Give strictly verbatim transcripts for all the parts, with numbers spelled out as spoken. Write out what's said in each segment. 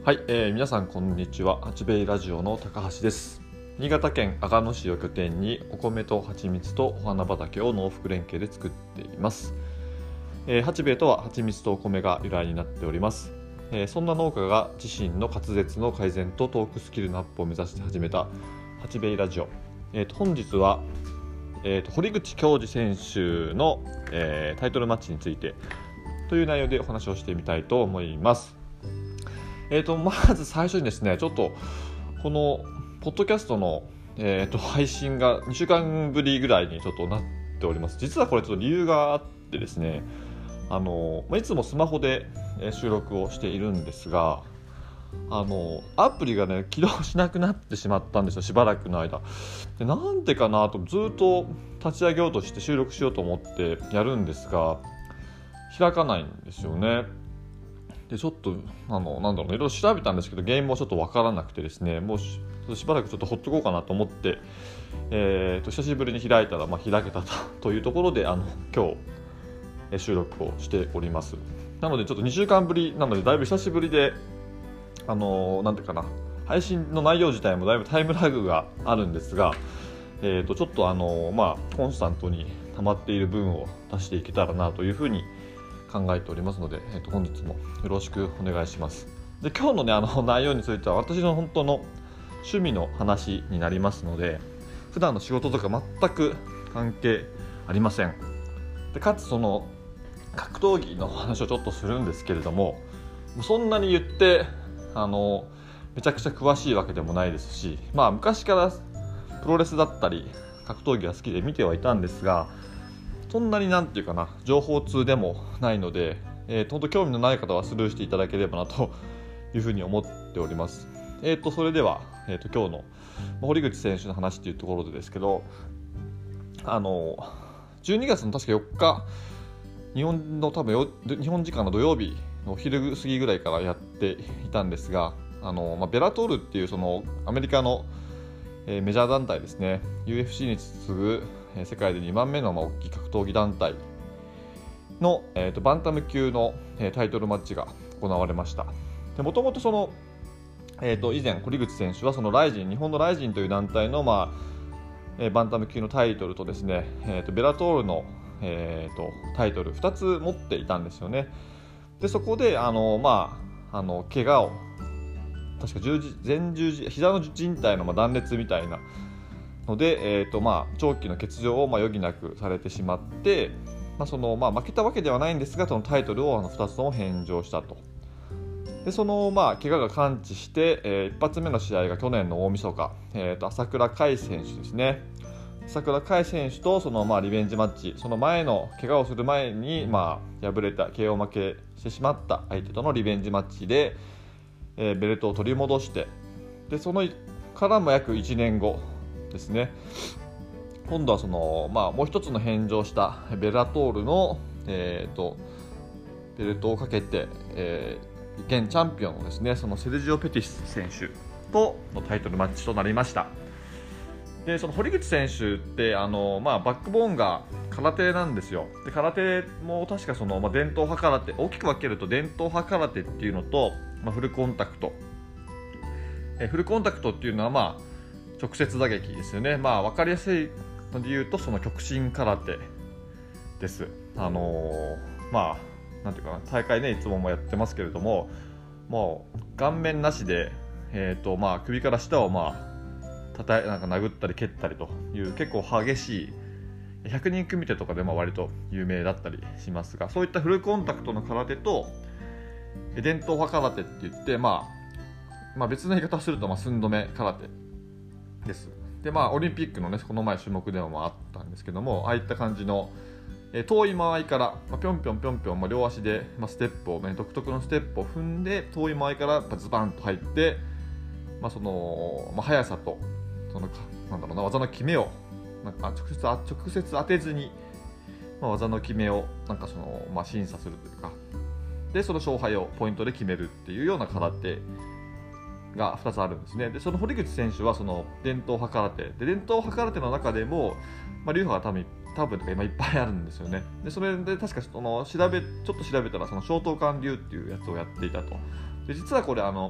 はい、えー、皆さんこんにちは。八兵衛ラジオの高橋です。新潟県阿賀野市を拠点にお米と蜂蜜とお花畑を農福連携で作っています。えー、八兵衛とは蜂蜜とお米が由来になっております。えー、そんな農家が自身の滑舌の改善とトークスキルのアップを目指して始めた八兵衛ラジオ。えー、と本日は、えー、と堀口恭司選手の、えー、タイトルマッチについてという内容でお話をしてみたいと思います。えー、とまず最初にですね、ちょっとこのポッドキャストの、えー、と配信がにしゅうかんぶりぐらいにちょっとなっております。実はこれちょっと理由があってですね、あのいつもスマホで収録をしているんですが、あのアプリがね起動しなくなってしまったんですよ、しばらくの間で。なんでかなとずっと立ち上げようとして収録しようと思ってやるんですが開かないんですよね。でちょっとあのなんだろうね、いろいろ調べたんですけど原因もちょっと分からなくてですね、もう し, しばらくちょっとほっとこうかなと思って、えー、と久しぶりに開いたら、まあ、開けた と, というところであの今日収録をしております。なのでちょっとにしゅうかんぶりなのでだいぶ久しぶりで、あのなんていうかな、配信の内容自体もだいぶタイムラグがあるんですが、えー、とちょっとあの、まあ、コンスタントに溜まっている分を出していけたらなというふうに考えておりますので、えー、と本日もよろしくお願いします。で今日のねあの内容については私の本当の趣味の話になりますので、普段の仕事とか全く関係ありません。でかつその格闘技の話をちょっとするんですけれども、そんなに言ってあのめちゃくちゃ詳しいわけでもないですし、まあ昔からプロレスだったり格闘技が好きで見てはいたんですが、そんなになんていうかな情報通でもないので、えー、と本当興味のない方はスルーしていただければなというふうに思っております。えー、とそれでは、えー、と今日の堀口選手の話というところでですけど、あのじゅうにがつの確かよっか、日本の多分よ日本時間の土曜日の昼過ぎぐらいからやっていたんですが、あの、まあ、ベラトールっていうそのアメリカの、えー、メジャー団体ですね、 ユーエフシー に次ぐ世界でにばんめの大きい格闘技団体の、えー、とバンタム級の、えー、タイトルマッチが行われました。もともとその、えー、と以前堀口選手はそのライジン日本のライジンという団体の、まあえー、バンタム級のタイトルとですね、えー、とベラトールの、えー、とタイトルふたつ持っていたんですよね。でそこであの、まあ、あの怪我を確か十字前十字膝の靭帯のまあ断裂みたいなので、えーとまあ、長期の欠場をまあ余儀なくされてしまって、まあそのまあ、負けたわけではないんですが、そのタイトルをあのふたつとも返上したと。でそのまあ怪我が完治して、えー、一発目の試合が去年の大晦日、えーと朝倉海選手ですね。朝倉海選手とそのまあリベンジマッチ、その前の怪我をする前にまあ敗れた ケーオー 負けしてしまった相手とのリベンジマッチで、えー、ベルトを取り戻して、でそのからも約いちねんごですね、今度はその、まあ、もう一つの返上したベラトールの、えー、とベルトをかけて、えー、現チャンピオンのですね、そのセルジオ・ペティス選手とのタイトルマッチとなりました。でその堀口選手ってあの、まあ、バックボーンが空手なんですよ。で空手も確かその、まあ、伝統派空手、大きく分けると伝統派空手っていうのと、まあ、フルコンタクト、えフルコンタクトっていうのはまあ直接打撃ですよね。まあ分かりやすいので言うとその極真空手です。あのー、まあなんていうかな、大会ねいつももやってますけれども、もう顔面なしで、えーとまあ、首から下をまあたたなんか殴ったり蹴ったりという結構激しいひゃくにん組手とかでも割と有名だったりしますが、そういったフルコンタクトの空手と伝統派空手って言って、まあ、まあ別の言い方をするとまあ寸止め空手です。でまあオリンピックのねこの前種目でもあったんですけども、ああいった感じの、えー、遠い間合いから、まあ、ぴょんぴょんぴょんぴょん、まあ、両足で、まあ、ステップをね独特のステップを踏んで遠い間合いからズバンと入って、まあそのまあ、速さとそのなんだろうな技の決めをなんか直接直接当てずに、まあ、技の決めをなんかその、まあ、審査するというか、でその勝敗をポイントで決めるっていうような空手がふたつあるんですね。でその堀口選手はその伝統派空手で、伝統派空手の中でも、まあ、流派が多分多分とか今いっぱいあるんですよね。でそれで確かその調べちょっと調べたらその松濤館流っていうやつをやっていたと。で実はこれあの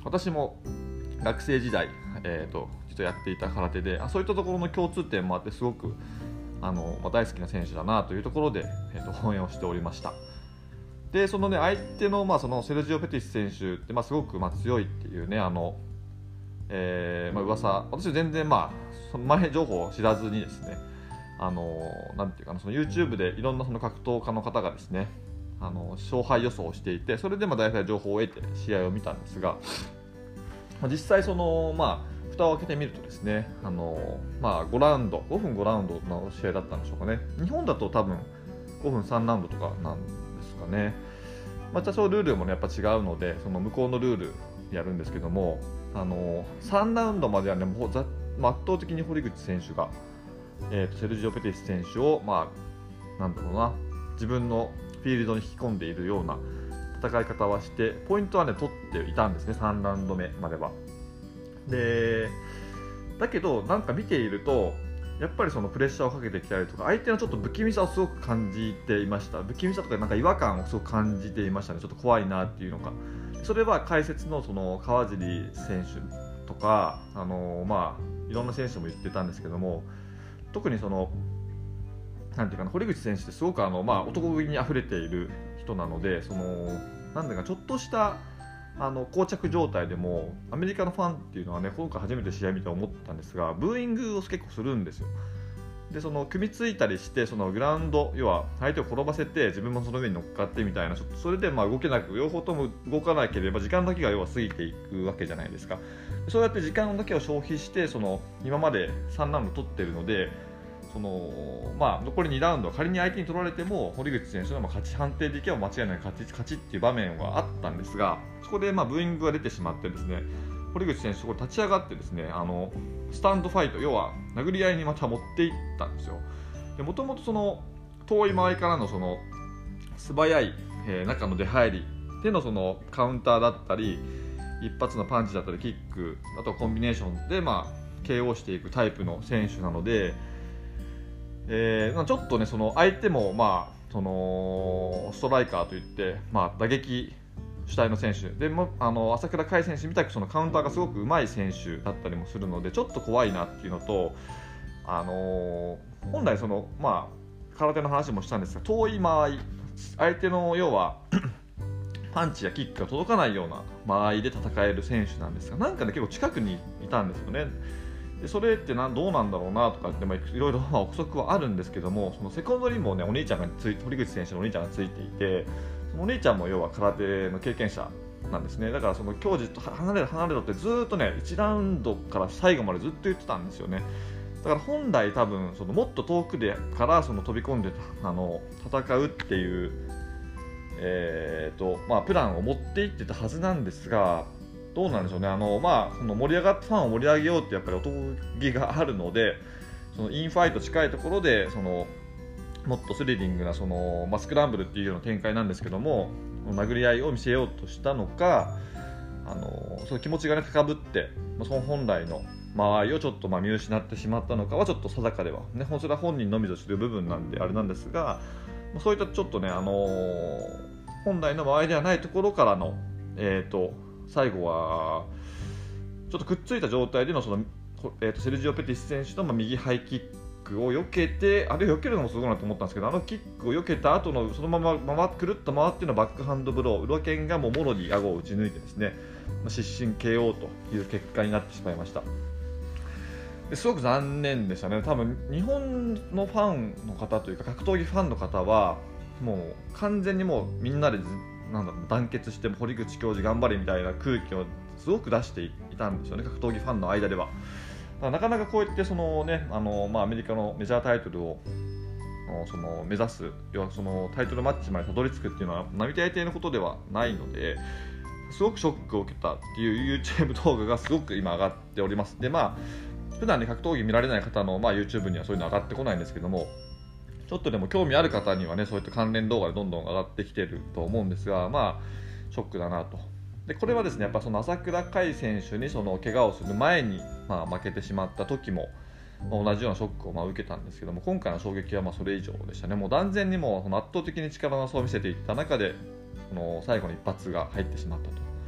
私も学生時代、えー、と実はやっていた空手で、あそういったところの共通点もあってすごくあの、まあ、大好きな選手だなというところで、えー、と応援をしておりました。でそのね相手の、まあ、そのセルジオ・ペティス選手って、まあ、すごくまあ強いっていうねあの、えーまあ、噂、私全然まあその前情報を知らずにですね、あのなんていうかな、その YouTube でいろんなその格闘家の方がですねあの勝敗予想をしていて、それでまあ大体情報を得て試合を見たんですが、実際そのまあ蓋を開けてみるとですね、あのまあごラウンドごふんごラウンドの試合だったんでしょうかね。日本だと多分ごふんさんラウンドとかなんですかね。またそのルールも、ね、やっぱ違うので、その向こうのルールやるんですけども、あのさんラウンドまではねもう圧倒的に堀口選手が、えー、とセルジオ・ペティス選手をまあなんだろうな自分のフィールドに引き込んでいるような戦い方はして、ポイントはね取っていたんですね、さんラウンド目までは。でだけどなんか見ているとやっぱりそのプレッシャーをかけてきたりとか、相手のちょっと不気味さをすごく感じていました。不気味さとかなんか違和感をすごく感じていましたね。ちょっと怖いなっていうのが、それは解説のその川尻選手とか、あのー、まあいろんな選手も言ってたんですけども、特にそのなんていうかな、堀口選手ってすごくあの、まあ、男気にあふれている人なので、そのなんだかちょっとしたあの膠着状態でもアメリカのファンっていうのはね、今回初めて試合見て思ったんですが、ブーイングを結構するんですよ。でその組みついたりして、そのグラウンド、要は相手を転ばせて自分もその上に乗っかってみたいな、ちょっとそれでまあ動けなく、両方とも動かなければ時間だけが要は過ぎていくわけじゃないですか。そうやって時間だけを消費して、その今までさんラウンド取ってるので、そのまあ、残りにラウンド仮に相手に取られても堀口選手の勝ち判定でいけば間違いない勝ち勝ちっていう場面はあったんですが、そこでまあブーイングが出てしまってですね、堀口選手そこで立ち上がってですね、あのスタンドファイト、要は殴り合いにまた持っていったんですよ。もともとその遠い間合いからのその素早い、えー、中の出入りでのそのカウンターだったり、一発のパンチだったりキック、あとはコンビネーションでまあ ケーオー していくタイプの選手なので、えー、ちょっとねその相手もまあそのストライカーといって、まあ、打撃主体の選手でも、あの朝倉海選手みたくそのカウンターがすごく上手い選手だったりもするので、ちょっと怖いなっていうのと、あのー、本来そのまあ空手の話もしたんですが、遠い間合い、相手の要はパンチやキックが届かないような間合いで戦える選手なんですが、なんかね結構近くにいたんですよね。でそれってなどうなんだろうなとかって、まあ、いろいろまあ憶測はあるんですけども、そのセコンドにもねお兄ちゃんがつい堀口選手のお兄ちゃんがついていて、そのお兄ちゃんも要は空手の経験者なんですね。だからその教授と離れろ離れろってずっとねいちラウンドから最後までずっと言ってたんですよね。だから本来多分そのもっと遠くでからその飛び込んであの戦うっていう、えーとまあ、プランを持っていってたはずなんですが、どうなんでしょうね。あの、まあ、その盛り上がったファンを盛り上げようってやっぱり男気があるので、そのインファイト近いところでそのもっとスリリングなその、まあ、スクランブルっていうような展開なんですけども、殴り合いを見せようとしたのか、あのその気持ちが、ね、高ぶって、まあ、その本来の間合いをちょっとまあ見失ってしまったのかはちょっと定かでは、ね、それは本人のみぞ知る部分なんであれなんですが、まあ、そういったちょっとね、あのー、本来の間合いではないところからの、えーと最後はちょっとくっついた状態でのその、えー、とセルジオ・ペティス選手の右ハイキックを避けて、あれ避けるのもすごいなと思ったんですけど、あのキックを避けた後のそのまま回くるっと回ってのバックハンドブロー、裏剣がもうもろに顎を打ち抜いてですね、失神 ケーオー という結果になってしまいました。ですごく残念でしたね。多分日本のファンの方というか格闘技ファンの方はもう完全にもうみんなでなんだろう団結して堀口教授頑張れみたいな空気をすごく出していたんですよね、格闘技ファンの間では。なかなかこうやってその、ねあのまあ、アメリカのメジャータイトルをその目指す、要はそのタイトルマッチまでたどり着くっていうのは並大抵のことではないので、すごくショックを受けたっていう YouTube 動画がすごく今上がっております。でまあ普段ね格闘技見られない方の、まあ、YouTube にはそういうの上がってこないんですけども、ちょっとでも興味ある方にはねそういった関連動画でどんどん上がってきてると思うんですが、まあショックだなと。でこれはですねやっぱその朝倉海選手にその怪我をする前に、まあ、負けてしまった時も、まあ、同じようなショックをまあ受けたんですけども、今回の衝撃はまあそれ以上でしたね。もう断然にもう圧倒的に力の差を見せていった中でこの最後の一発が入ってしまったと。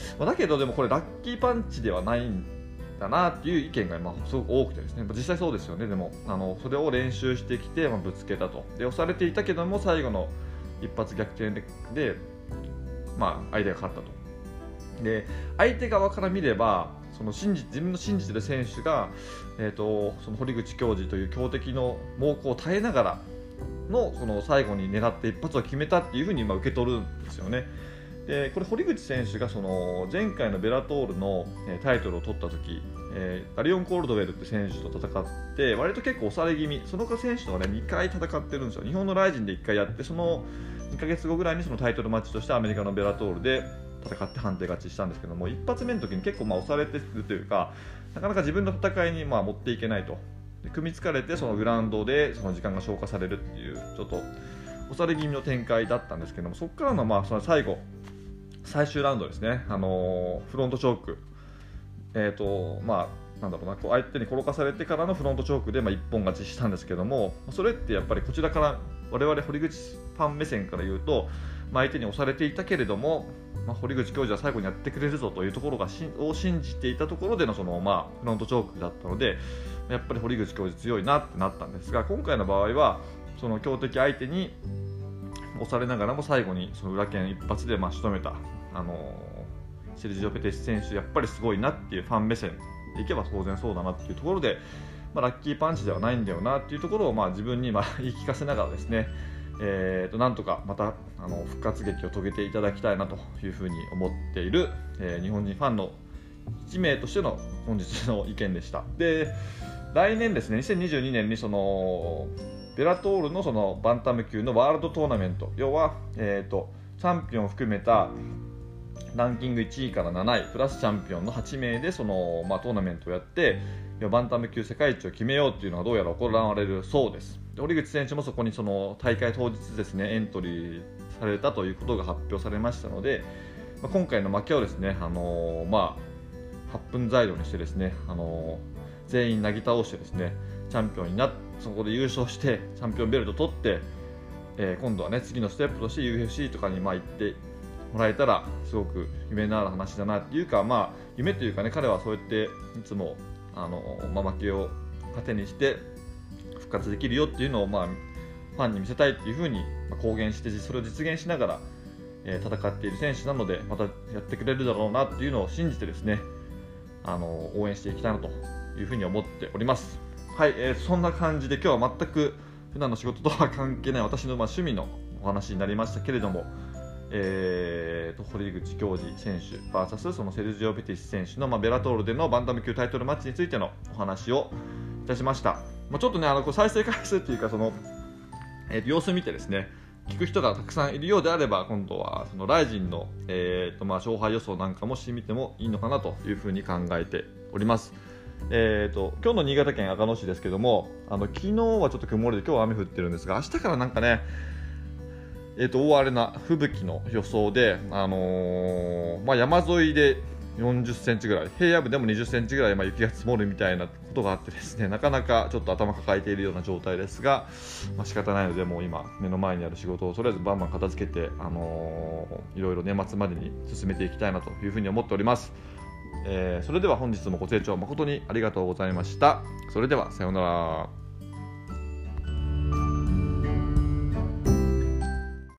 まあ、だけどでもこれラッキーパンチではないんだなっていう意見がまあすごく多くてですね、実際そうですよね。でもあのそれを練習してきて、まあ、ぶつけたと。で押されていたけども最後の一発逆転で、でまあ、相手が勝ったと。で相手側から見ればその信じ自分の信じてる選手が、えー、とその堀口恭司という強敵の猛攻を耐えながらのその最後に狙って一発を決めたっていうふうに今受け取るんですよね。でこれ堀口選手がその前回のベラトールのタイトルを取った時、えー、ダリオン・コールドウェルって選手と戦って割と結構押され気味、その選手とは、ね、にかい戦ってるんですよ。日本のライジンでいっかいやって、そのにかげつごぐらいにそのタイトルマッチとしてアメリカのベラトールで戦って判定勝ちしたんですけども、一発目の時に結構まあ押されてるというか、なかなか自分の戦いにまあ持っていけないと。で組みつかれてそのグラウンドでその時間が消化されるっていうちょっと押され気味の展開だったんですけども、そこからのまあその最後最終ラウンドですね、あのー、フロントチョーク、えーとまあ、なんだろうな、こう相手に転がされてからのフロントチョークでまあ一本勝ちしたんですけども、それってやっぱりこちらから我々堀口ファン目線から言うと、まあ、相手に押されていたけれども、まあ、堀口教授は最後にやってくれるぞというところがしを信じていたところでのその、まあ、フロントチョークだったので、やっぱり堀口教授強いなってなったんですが、今回の場合はその強敵相手に押されながらも最後にその裏剣一発でまあ仕留めた、あのー、セルジオ・ペティス選手やっぱりすごいなっていうファン目線でいけば当然そうだなっていうところで、まあ、ラッキーパンチではないんだよなっていうところをまあ自分にまあ言い聞かせながらですね、えー、となんとかまたあの復活劇を遂げていただきたいなというふうに思っている、えー、日本人ファンのいち名としての本日の意見でした。で来年ですね、にせんにじゅうにねんにそのベラトール の, そのバンタム級のワールドトーナメント、要は、えー、とチャンピオンを含めたランキングいちいからなないプラスチャンピオンのはち名でその、まあ、トーナメントをやってバンタム級世界一を決めようというのがどうやら行われるそうです。で堀口選手もそこにその大会当日ですねエントリーされたということが発表されましたので、まあ、今回の負けをですね、あのー、まあはっぷん材料にしてですね、あのー全員なぎ倒してですねチャンピオンになって、そこで優勝してチャンピオンベルト取って、えー、今度はね次のステップとして ユーエフシー とかにまあ行ってもらえたらすごく夢のある話だなっていうか、まあ夢というかね、彼はそうやっていつもあの、まあ、負けを糧にして復活できるよっていうのをまあファンに見せたいっていうふうに公言してそれを実現しながら、えー、戦っている選手なのでまたやってくれるだろうなっていうのを信じてですね、あの応援していきたいなというふうに思っております。はい、えー、そんな感じで今日は全く普段の仕事とは関係ない私のまあ趣味のお話になりましたけれども、えー、と堀口恭司選手 ブイエス そのセルジオ・ペティス選手のまあベラトールでのバンタム級タイトルマッチについてのお話をいたしました。まあ、ちょっとねあのこう再生回数っていうかその、えー、と様子見てですね聞く人がたくさんいるようであれば今度はそのライジンの、えーとまあ、勝敗予想なんかもしてみてもいいのかなというふうに考えております。えー、と今日の新潟県阿賀野市ですけども、あの昨日はちょっと曇りで今日は雨降ってるんですが、明日からなんかね、えー、と大荒れな吹雪の予想で、あのーまあ、山沿いでよんじゅっセンチぐらい、平野部でもにじゅっセンチぐらいまあ雪が積もるみたいなことがあってですね、なかなかちょっと頭抱えているような状態ですが、まあ、仕方ないのでもう今目の前にある仕事をとりあえずバンバン片付けて、あのー、いろいろ年末までに進めていきたいなというふうに思っております。えー、それでは本日もご清聴誠にありがとうございました。それではさようなら。